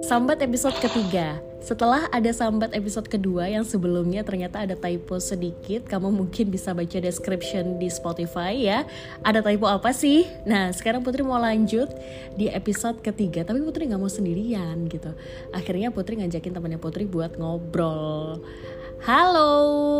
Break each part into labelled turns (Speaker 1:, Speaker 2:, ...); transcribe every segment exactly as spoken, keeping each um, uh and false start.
Speaker 1: Sambat episode ketiga. Setelah ada sambat episode kedua yang sebelumnya ternyata ada typo sedikit, kamu mungkin bisa baca description di Spotify ya. Ada typo apa sih? Nah, sekarang Putri mau lanjut di episode ketiga, tapi Putri gak mau sendirian gitu. Akhirnya Putri ngajakin temannya Putri buat ngobrol. Halo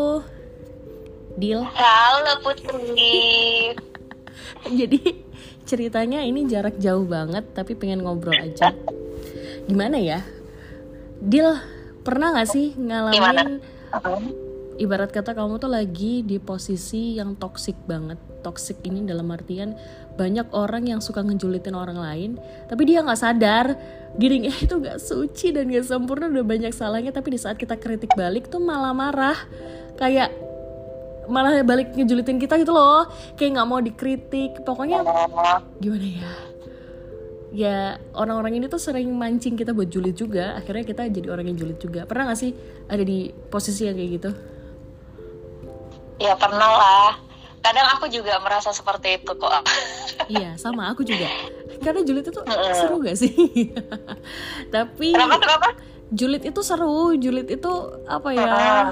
Speaker 1: Dil.
Speaker 2: Halo Putri.
Speaker 1: Jadi ceritanya ini jarak jauh banget, tapi pengen ngobrol aja. Gimana ya? Dil, pernah gak sih ngalamin ibarat kata kamu tuh lagi di posisi yang toksik banget. Toksik ini dalam artian banyak orang yang suka ngejulitin orang lain, tapi dia gak sadar dirinya itu gak suci dan gak sempurna, udah banyak salahnya. Tapi di saat kita kritik balik tuh malah marah, kayak malah balik ngejulitin kita gitu loh. Kayak gak mau dikritik. Pokoknya gimana ya, ya orang-orang ini tuh sering mancing kita buat julid juga. Akhirnya kita jadi orang yang julid juga. Pernah gak sih ada di posisi yang kayak gitu?
Speaker 2: Ya pernah lah. Kadang aku juga merasa seperti itu kok.
Speaker 1: Iya sama aku juga. Karena julid itu seru gak sih? Tapi
Speaker 2: Kenapa kenapa?
Speaker 1: julid itu seru. Julid itu apa ya,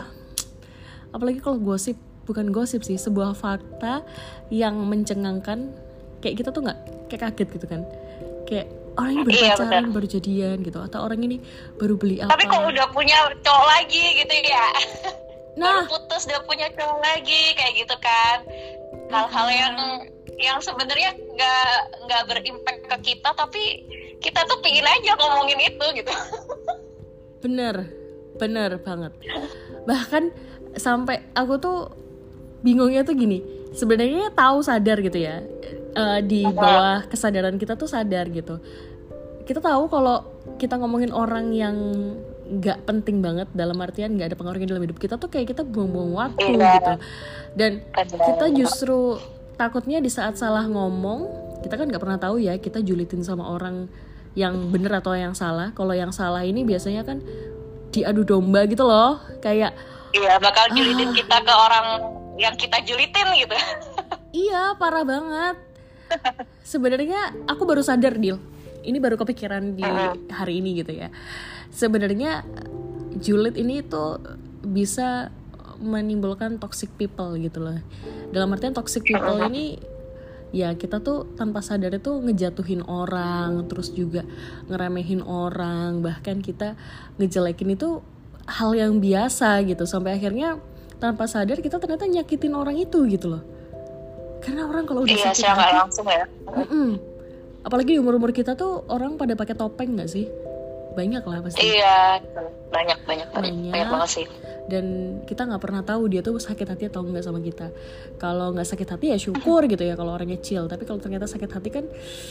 Speaker 1: apalagi kalau gosip. Bukan gosip sih, sebuah fakta yang mencengangkan. Kayak kita tuh gak kayak kaget gitu kan, kayak orang ini baru
Speaker 2: Iya,
Speaker 1: pacaran,
Speaker 2: bener.
Speaker 1: baru jadian gitu, atau orang ini baru beli apa.
Speaker 2: Tapi kok udah punya cowok lagi gitu ya.
Speaker 1: Nah,
Speaker 2: Baru putus udah punya cowok lagi kayak gitu kan. Hal-hal yang yang sebenarnya nggak nggak berimpact ke kita, tapi kita tuh pingin aja ngomongin itu gitu.
Speaker 1: bener, bener banget. Bahkan sampai aku tuh bingungnya tuh gini, sebenarnya tahu sadar gitu ya, uh, di bawah kesadaran kita tuh sadar gitu. Kita tahu kalau kita ngomongin orang yang nggak penting banget, dalam artian nggak ada pengaruhnya dalam hidup kita tuh kayak kita buang-buang waktu
Speaker 2: Iya.
Speaker 1: gitu. Dan kita justru takutnya di saat salah ngomong, kita kan nggak pernah tahu ya kita julitin sama orang yang bener atau yang salah. Kalau yang salah ini biasanya kan diadu domba gitu loh, kayak
Speaker 2: Iya, bakal julidin
Speaker 1: Ah.
Speaker 2: kita ke orang yang kita julitin gitu.
Speaker 1: iya parah banget. Sebenarnya aku baru sadar, Dil, ini baru kepikiran di hari ini gitu ya. Sebenarnya julid ini tuh bisa menimbulkan toxic people gitu loh. Dalam artian toxic people ini ya kita tuh tanpa sadar itu ngejatuhin orang, terus juga ngeremehin orang, bahkan kita ngejelekin itu hal yang biasa gitu, sampai akhirnya tanpa sadar kita ternyata nyakitin orang itu gitu loh. Karena orang kalau udah
Speaker 2: Iya,
Speaker 1: sakit
Speaker 2: secara
Speaker 1: hati,
Speaker 2: langsung ya.
Speaker 1: mm-mm. apalagi di umur-umur kita tuh orang pada pakai topeng nggak sih? Banyak lah pasti.
Speaker 2: Iya, banyak banyak banyak,
Speaker 1: Banyak.
Speaker 2: banyak banget sih.
Speaker 1: Dan kita nggak pernah tahu dia tuh sakit hati atau enggak sama kita. Kalau nggak sakit hati ya syukur gitu ya kalau orangnya chill. Tapi kalau ternyata sakit hati kan,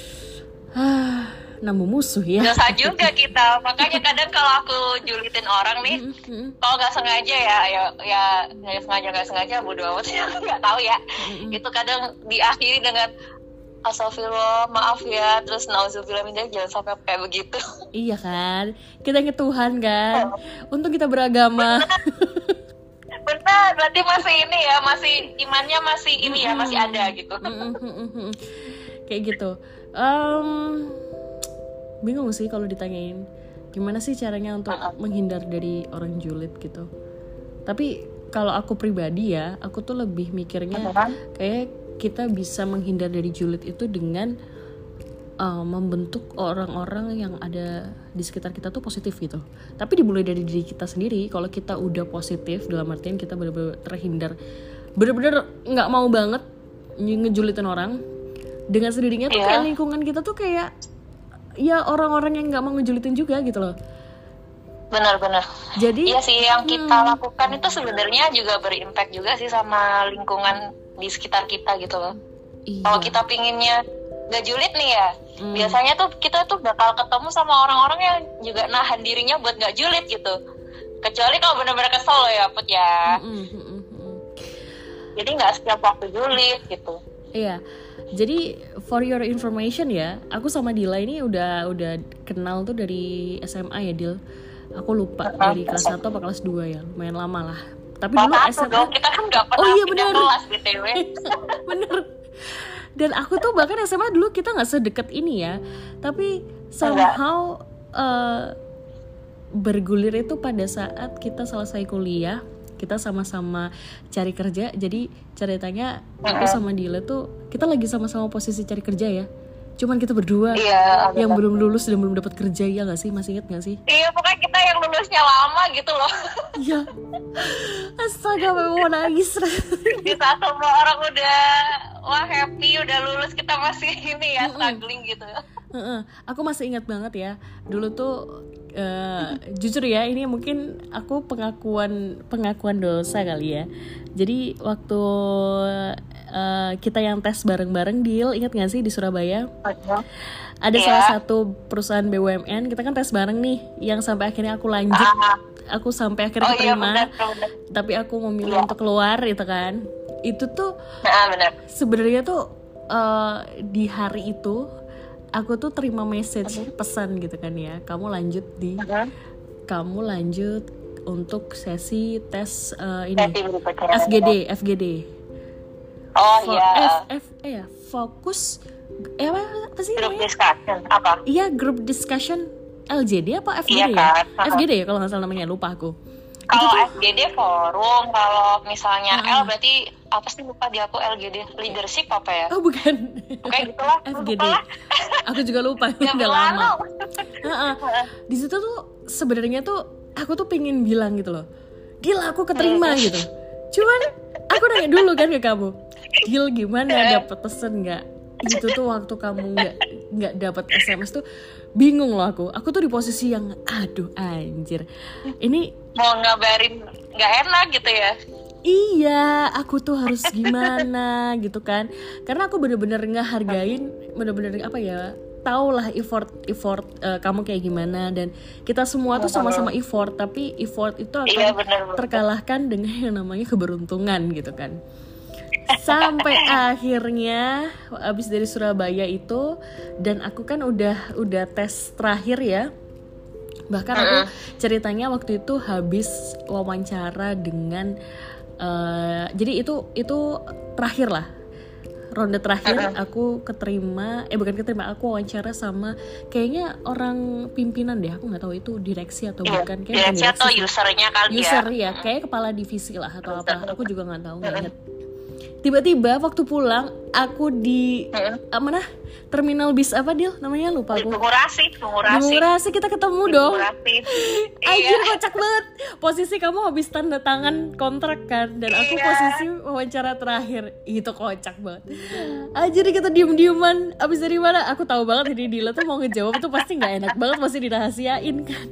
Speaker 1: ah, nambah musuh ya.
Speaker 2: Dosa juga kita. Makanya kadang kalau aku julitin orang nih,
Speaker 1: Mm-mm.
Speaker 2: kalau nggak sengaja ya, ya, ya nggak sengaja nggak sengaja, bodo amat ya, nggak tahu ya. Itu kadang diakhiri dengan astagfirullah, maaf ya, terus nauzubillah min dzalik, jangan sampai kayak begitu.
Speaker 1: Iya kan, kita inget Tuhan kan. Untung kita beragama.
Speaker 2: Benar, berarti masih ini ya, masih imannya masih ini ya, masih ada gitu.
Speaker 1: Mm-mm. Kayak gitu. Em, bingung sih kalau ditanyain gimana sih caranya untuk menghindar dari orang julid gitu. Tapi kalau aku pribadi ya, aku tuh lebih mikirnya kayak kita bisa menghindar dari julid itu dengan uh, membentuk orang-orang yang ada di sekitar kita tuh positif gitu. Tapi dimulai dari diri kita sendiri. Kalau kita udah positif, dalam artian kita benar-benar terhindar, benar-benar nggak mau banget ngejulitin orang, dengan sendirinya tuh
Speaker 2: Iya.
Speaker 1: kayak lingkungan kita tuh kayak ya orang-orang yang nggak mau ngejulitin juga gitu loh.
Speaker 2: Benar-benar.
Speaker 1: Jadi
Speaker 2: Iya sih, yang kita lakukan itu sebenarnya juga berimpact juga sih sama lingkungan di sekitar kita gitu loh.
Speaker 1: iya,
Speaker 2: Kalau kita pinginnya gak julid nih ya, biasanya tuh kita tuh bakal ketemu sama orang-orang yang juga nahan dirinya buat gak julid gitu. Kecuali kalau benar-benar kesel loh ya, Put ya.
Speaker 1: Mm, mm, mm, mm.
Speaker 2: Jadi gak setiap waktu julid gitu.
Speaker 1: Iya. Jadi for your information ya, aku sama Dila ini udah udah kenal tuh dari S M A ya, Dil. Aku lupa dari kelas satu apa kelas dua ya, lumayan lama lah. Tapi dulu
Speaker 2: Kelas
Speaker 1: S
Speaker 2: satu
Speaker 1: M A
Speaker 2: dong, kita kan gak pernah
Speaker 1: Oh iya,
Speaker 2: pindah
Speaker 1: bener.
Speaker 2: kelas B T W.
Speaker 1: bener. Dan aku tuh bahkan S M A dulu kita nggak sedekat ini ya, tapi somehow uh, bergulir itu pada saat kita selesai kuliah, kita sama-sama cari kerja. Jadi ceritanya aku sama Dila tuh kita lagi sama-sama posisi cari kerja ya. Cuman kita berdua
Speaker 2: Iya,
Speaker 1: yang
Speaker 2: bener.
Speaker 1: belum lulus dan belum dapat kerja, ya nggak sih? Masih inget nggak sih?
Speaker 2: Iya, pokoknya kita yang lulusnya lama gitu loh.
Speaker 1: Iya. Astaga, mau nangis.
Speaker 2: Di saat semua orang udah wah happy, udah lulus, kita masih ini ya struggling gitu.
Speaker 1: Heeh. Aku masih ingat banget ya. Dulu tuh uh, jujur ya, ini mungkin aku pengakuan pengakuan dosa kali ya. Jadi waktu uh, kita yang tes bareng-bareng, Dil, ingat gak sih di Surabaya? Ada
Speaker 2: Iya.
Speaker 1: salah satu perusahaan B U M N, kita kan tes bareng nih, yang sampai akhirnya aku lanjut,
Speaker 2: Ah.
Speaker 1: aku sampai akhirnya
Speaker 2: Oh iya,
Speaker 1: keterima,
Speaker 2: benar, benar.
Speaker 1: tapi aku memilih
Speaker 2: Iya.
Speaker 1: untuk keluar itu kan. Itu tuh
Speaker 2: Nah, benar.
Speaker 1: sebenarnya tuh uh, di hari itu aku tuh terima message pesan gitu kan ya, kamu lanjut di kamu lanjut untuk sesi tes uh, ini
Speaker 2: Sesi berikutnya.
Speaker 1: F G D F G D
Speaker 2: Oh
Speaker 1: Fo-
Speaker 2: iya.
Speaker 1: F F eh ya fokus eh apa, apa sih
Speaker 2: Group
Speaker 1: namanya?
Speaker 2: discussion apa?
Speaker 1: Iya, group discussion L J D apa F G D
Speaker 2: Iya
Speaker 1: ya?
Speaker 2: kan?
Speaker 1: F G D ya kalau nggak salah namanya, lupa aku.
Speaker 2: Kalau F G D forum, kalau misalnya
Speaker 1: Ah.
Speaker 2: L berarti apa sih, lupa di aku. L G D leadership apa ya?
Speaker 1: Oh bukan.
Speaker 2: Kayak gitulah.
Speaker 1: F G D.
Speaker 2: Lupa lah.
Speaker 1: Aku juga lupa,
Speaker 2: Udah
Speaker 1: udah lama.
Speaker 2: berlalu.
Speaker 1: Heeh. Di situ tuh sebenarnya tuh aku tuh pengen bilang gitu loh, Dil aku keterima gitu. Cuman aku nanya dulu kan ke kamu, Dil gimana, dapet pesen nggak? Itu tuh waktu kamu nggak nggak dapet S M S tuh bingung loh aku. Aku tuh di posisi yang aduh anjir. Ini
Speaker 2: Mau ngabarin nggak enak gitu ya?
Speaker 1: iya, aku tuh harus gimana gitu kan. Karena aku bener-bener ngehargain, bener-bener apa ya, tau lah effort effort uh, kamu kayak gimana, dan kita semua tuh sama-sama effort, tapi effort itu akan
Speaker 2: Iya, bener-bener.
Speaker 1: terkalahkan dengan yang namanya keberuntungan gitu kan. Sampai akhirnya abis dari Surabaya itu, dan aku kan udah udah tes terakhir ya. Bahkan aku ceritanya waktu itu habis wawancara dengan uh, jadi itu itu terakhir lah, ronde terakhir. Aku keterima, eh bukan keterima, aku wawancara sama kayaknya orang pimpinan deh, aku nggak tahu itu direksi atau
Speaker 2: Iya,
Speaker 1: bukan, kayak
Speaker 2: direksi
Speaker 1: bukan
Speaker 2: atau
Speaker 1: sih.
Speaker 2: usernya kali
Speaker 1: User
Speaker 2: ya?
Speaker 1: ya, kayak kepala divisi lah atau apa, aku juga nggak tahu, nggak inget. Tiba-tiba waktu pulang aku di uh, mana terminal bis apa Dil namanya, lupa aku.
Speaker 2: Mengurasi,
Speaker 1: Di
Speaker 2: mengurasi.
Speaker 1: Murasi kita ketemu dong.
Speaker 2: Mengurasi.
Speaker 1: Anjir,
Speaker 2: Iya.
Speaker 1: kocak banget. Posisi kamu habis tanda tangan kontrak kan, dan aku
Speaker 2: Iya.
Speaker 1: posisi wawancara terakhir. Itu kocak banget. Anjir, kita diem-dieman. Abis dari mana? Aku tahu banget ini Dila tuh mau ngejawab tuh pasti nggak enak banget, pasti dirahasiain kan.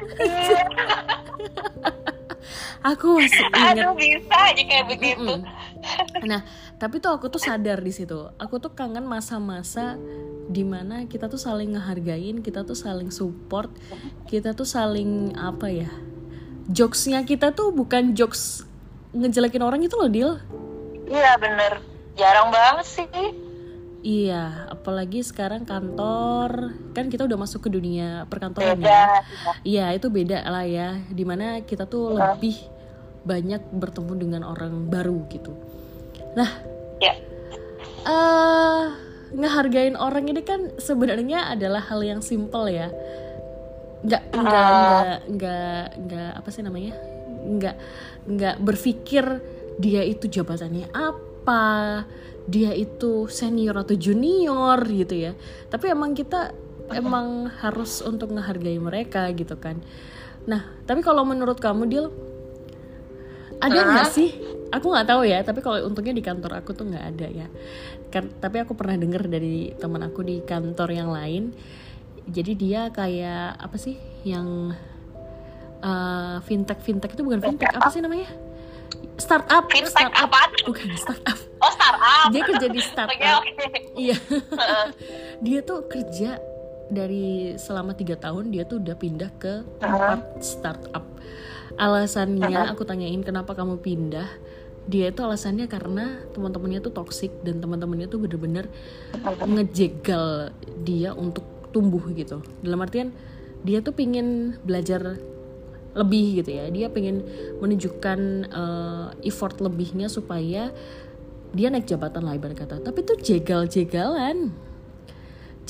Speaker 1: Aku masih inget.
Speaker 2: Aduh, bisa aja kayak begitu.
Speaker 1: Nah, tapi tuh aku tuh sadar di situ. Aku tuh kangen masa-masa dimana kita tuh saling ngehargain, kita tuh saling support, kita tuh saling apa ya? Jokesnya kita tuh bukan jokes ngejelekin orang itu loh, Dil.
Speaker 2: Iya bener, jarang banget sih.
Speaker 1: Iya, apalagi sekarang kantor, kan kita udah masuk ke dunia perkantoran
Speaker 2: Beda.
Speaker 1: ya. Iya, itu beda lah ya. Dimana kita tuh lebih banyak bertemu dengan orang baru gitu. Nah,
Speaker 2: Ya.
Speaker 1: eh ngehargain orang ini kan sebenarnya adalah hal yang simple ya. Nggak, nggak, nggak, nggak, nggak apa sih namanya? Nggak, nggak berpikir dia itu jabatannya apa, dia itu senior atau junior gitu ya. Tapi emang kita emang harus untuk ngehargai mereka gitu kan. Nah, tapi kalau menurut kamu Dil, ada nggak sih? Aku nggak tahu ya. Tapi kalau untungnya di kantor aku tuh nggak ada ya. Kan, tapi aku pernah dengar dari teman aku di kantor yang lain. Jadi dia kayak apa sih? Yang uh, fintech fintech itu bukan fintech, apa sih namanya? Startup.
Speaker 2: Fintech
Speaker 1: startup.
Speaker 2: apaan?
Speaker 1: Bukan startup.
Speaker 2: Oh, startup.
Speaker 1: Dia kerja di startup.
Speaker 2: Oke, oke.
Speaker 1: Iya. Dia tuh kerja dari selama tiga tahun, dia tuh udah pindah ke tempat startup. Alasannya aku tanyain kenapa kamu pindah, dia itu alasannya karena teman-temannya tuh toksik dan teman-temannya tuh bener-bener ngejegal dia untuk tumbuh gitu. Dalam artian dia tuh pingin belajar lebih gitu ya, dia pengen menunjukkan uh, effort lebihnya supaya dia naik jabatan lah ibarat kata. Tapi tuh jegal-jegalan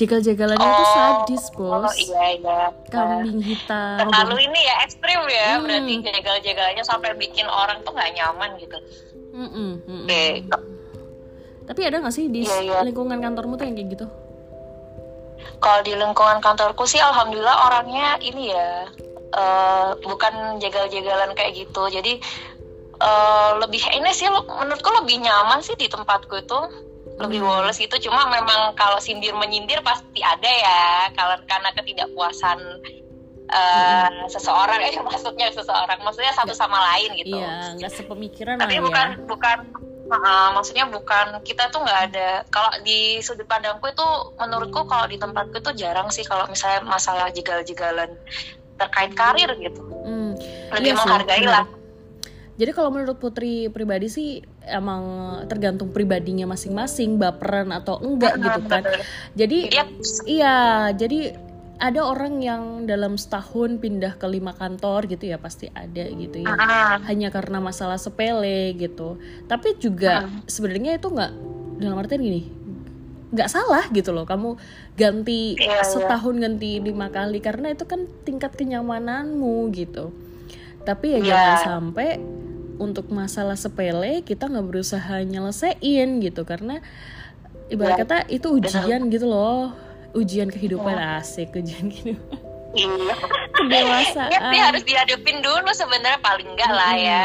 Speaker 1: Jegal-jegalannya
Speaker 2: oh,
Speaker 1: itu sadis, bos.
Speaker 2: Oh iya iya.
Speaker 1: Kambing hitam.
Speaker 2: Terlalu ini ya ekstrim ya,
Speaker 1: Hmm.
Speaker 2: berarti jegal-jegalannya sampai bikin orang tuh nggak nyaman gitu.
Speaker 1: Mm-mm, mm-mm.
Speaker 2: Oke.
Speaker 1: Tapi ada nggak sih di
Speaker 2: Iya, iya.
Speaker 1: lingkungan kantormu tuh yang kayak gitu?
Speaker 2: Kalau di lingkungan kantorku sih alhamdulillah orangnya ini ya eh, bukan jegal-jegalan kayak gitu. Jadi eh, lebih ini sih menurutku lebih nyaman sih di tempatku itu. Lebih
Speaker 1: Hmm.
Speaker 2: woles gitu. Cuma memang kalau sindir menyindir pasti ada ya. Kalau karena ketidakpuasan eh, seseorang eh maksudnya seseorang maksudnya satu sama lain gitu.
Speaker 1: Iya, nggak sepemikiran
Speaker 2: Tapi
Speaker 1: lah
Speaker 2: bukan
Speaker 1: ya.
Speaker 2: bukan uh, maksudnya bukan kita tuh nggak ada kalau di sudut pandangku itu menurutku kalau di tempatku itu jarang sih kalau misalnya masalah jegal-jegalan terkait karir gitu.
Speaker 1: Hmm.
Speaker 2: Lebih
Speaker 1: Iya sih,
Speaker 2: menghargai
Speaker 1: benar.
Speaker 2: lah.
Speaker 1: Jadi kalau menurut Putri pribadi sih emang tergantung pribadinya masing-masing, baperan atau enggak gitu kan. Jadi
Speaker 2: Iya.
Speaker 1: iya, jadi ada orang yang dalam setahun pindah ke lima kantor gitu ya, pasti ada gitu ya.
Speaker 2: Ah,
Speaker 1: Hanya karena masalah sepele gitu. Tapi juga sebenarnya itu nggak, dalam artian gini, nggak salah gitu loh. Kamu ganti
Speaker 2: Iya, iya.
Speaker 1: setahun ganti lima kali karena itu kan tingkat kenyamananmu gitu. Tapi ya
Speaker 2: Iya.
Speaker 1: jangan sampai untuk masalah sepele kita nggak berusaha nyelesain gitu, karena ibarat
Speaker 2: Iya.
Speaker 1: kata itu ujian gitu loh, ujian kehidupan. Asik, ujian kehidupan
Speaker 2: Iya.
Speaker 1: kedewasaan.
Speaker 2: Iya sih harus dihadapin dulu sebenarnya paling enggak lah ya.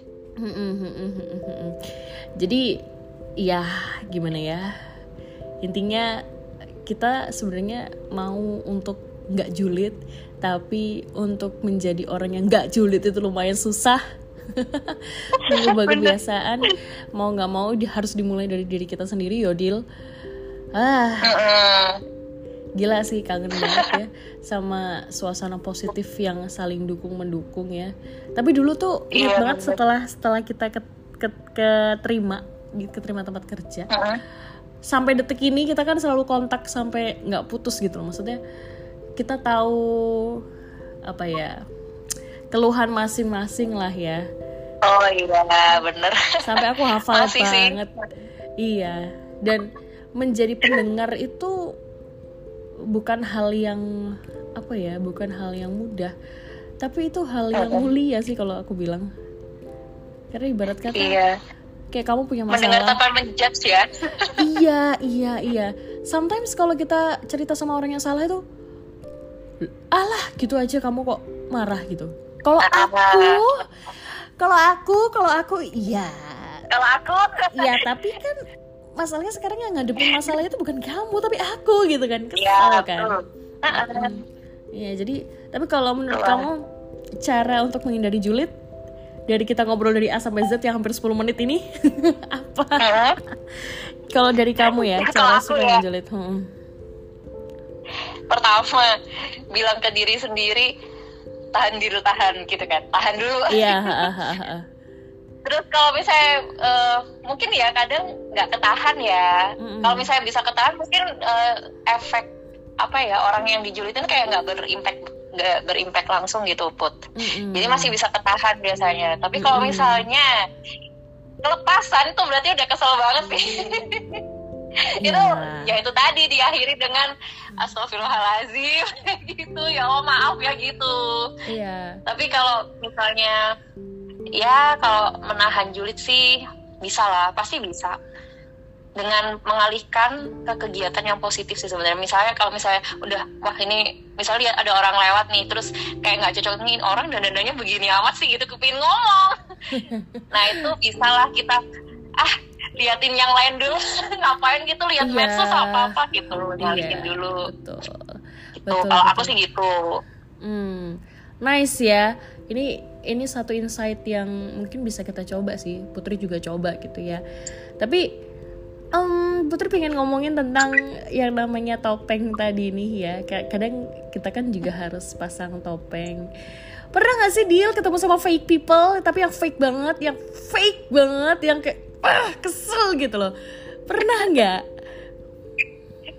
Speaker 1: Mm-mm. Jadi ya gimana ya, intinya kita sebenarnya mau untuk nggak julid, tapi untuk menjadi orang yang nggak julid itu lumayan susah. Mengubah kebiasaan mau nggak mau di- harus dimulai dari diri kita sendiri, Yodil. Ah,
Speaker 2: Mm-mm.
Speaker 1: gila sih, kangen banget ya sama suasana positif yang saling dukung mendukung ya. Tapi dulu tuh ingat
Speaker 2: Iya,
Speaker 1: banget
Speaker 2: bener.
Speaker 1: setelah setelah kita ke, ke, keterima keterima tempat kerja,
Speaker 2: Mm-mm.
Speaker 1: sampai detik ini kita kan selalu kontak sampai nggak putus gitu loh. Maksudnya kita tahu apa ya, keluhan masing-masing lah ya.
Speaker 2: Oh iya bener.
Speaker 1: Sampai aku hafal
Speaker 2: Masih sih.
Speaker 1: banget. Iya. Dan menjadi pendengar itu bukan hal yang apa ya, bukan hal yang mudah. Tapi itu hal yang mulia sih kalau aku bilang. Karena ibarat kata
Speaker 2: Iya.
Speaker 1: kayak kamu punya
Speaker 2: Mendengar
Speaker 1: masalah.
Speaker 2: tanpa menjudge ya.
Speaker 1: Iya, iya, iya. Sometimes kalau kita cerita sama orang yang salah itu, alah gitu aja kamu kok marah gitu. Kalau aku, kalau aku, kalau aku, iya,
Speaker 2: Kalau aku
Speaker 1: iya. Tapi kan masalahnya sekarang yang ngadepin masalah itu bukan kamu, tapi aku gitu kan. Kesel
Speaker 2: ya
Speaker 1: kan.
Speaker 2: betul.
Speaker 1: Mm. Iya, jadi tapi kalau menurut
Speaker 2: Betul.
Speaker 1: kamu cara untuk menghindari julid dari kita ngobrol dari A sampai Z yang hampir sepuluh menit ini apa?
Speaker 2: Mm.
Speaker 1: Kalau dari kamu ya,
Speaker 2: Kalau
Speaker 1: cara
Speaker 2: aku
Speaker 1: supaya
Speaker 2: ya.
Speaker 1: menjulid. Hmm.
Speaker 2: Pertama bilang ke diri sendiri tahan dulu tahan gitu kan tahan dulu.
Speaker 1: Iya, ha, ha, ha.
Speaker 2: Terus kalau misalnya eh, mungkin ya kadang nggak ketahan ya.
Speaker 1: Mm-mm.
Speaker 2: Kalau misalnya bisa ketahan mungkin eh, efek apa ya orang yang dijulitin kayak nggak berimpact nggak berimpact langsung gitu Put.
Speaker 1: Mm-mm.
Speaker 2: Jadi masih bisa ketahan biasanya. Tapi kalau
Speaker 1: Mm-mm.
Speaker 2: misalnya kelepasan itu berarti udah kesel banget sih. Itu
Speaker 1: Ya.
Speaker 2: ya itu tadi diakhiri dengan astagfirullahaladzim gitu ya oh maaf ya gitu.
Speaker 1: Iya.
Speaker 2: Tapi kalau misalnya ya kalau menahan julid sih bisa lah, pasti bisa. Dengan mengalihkan ke kegiatan yang positif sih sebenarnya. Misalnya kalau misalnya udah wah ini misalnya lihat ada orang lewat nih terus kayak nggak cocok nih orang dan dandannya begini amat sih gitu kepingin ngomong. Nah itu bisa lah kita ah liatin yang lain dulu ngapain gitu lihat
Speaker 1: Iya.
Speaker 2: medsos apa apa gitu ngalihin
Speaker 1: Iya,
Speaker 2: dulu.
Speaker 1: betul.
Speaker 2: Gitu.
Speaker 1: Betul,
Speaker 2: Kalau aku
Speaker 1: betul.
Speaker 2: sih gitu.
Speaker 1: Hmm, nice ya. Ini ini satu insight yang mungkin bisa kita coba sih. Putri juga coba gitu ya. Tapi em, Putri pengen ngomongin tentang yang namanya topeng tadi nih ya. Ka- Kadang kita kan juga harus pasang topeng. Pernah gak sih Dil ketemu sama fake people, tapi yang fake banget, yang fake banget, yang kayak ah, kesel gitu loh. Pernah nggak?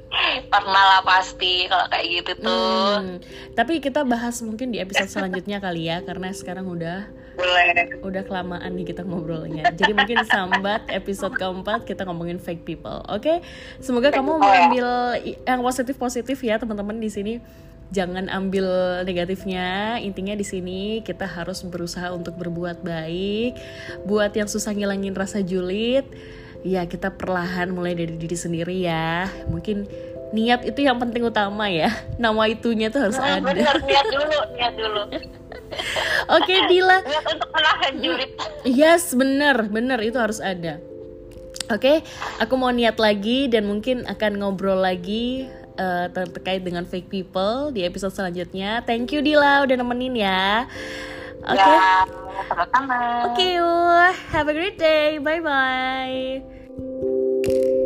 Speaker 2: Pernah lah pasti kalau kayak gitu tuh.
Speaker 1: Hmm, tapi kita bahas mungkin di episode selanjutnya kali ya, karena sekarang udah
Speaker 2: Boleh.
Speaker 1: udah kelamaan nih kita ngobrolnya. Jadi mungkin sambat episode keempat kita ngomongin fake people. Oke, semoga kamu mengambil yang positif-positif ya teman-teman di sini. Jangan ambil negatifnya. Intinya di sini kita harus berusaha untuk berbuat baik. Buat yang susah ngilangin rasa julid, ya kita perlahan mulai dari diri sendiri ya. Mungkin niat itu yang penting utama ya. Nama itunya tuh harus
Speaker 2: nah,
Speaker 1: ada.
Speaker 2: Bener, niat dulu, niat dulu.
Speaker 1: Oke Dila.
Speaker 2: Niat untuk menahan julid.
Speaker 1: Yes, bener, bener itu harus ada. Oke, aku mau niat lagi dan mungkin akan ngobrol lagi uh, terkait dengan fake people di episode selanjutnya. Thank you Dila udah nemenin ya. Oke. Okay.
Speaker 2: Ya, sama-sama.
Speaker 1: Oke, okay, have a great day. Bye bye.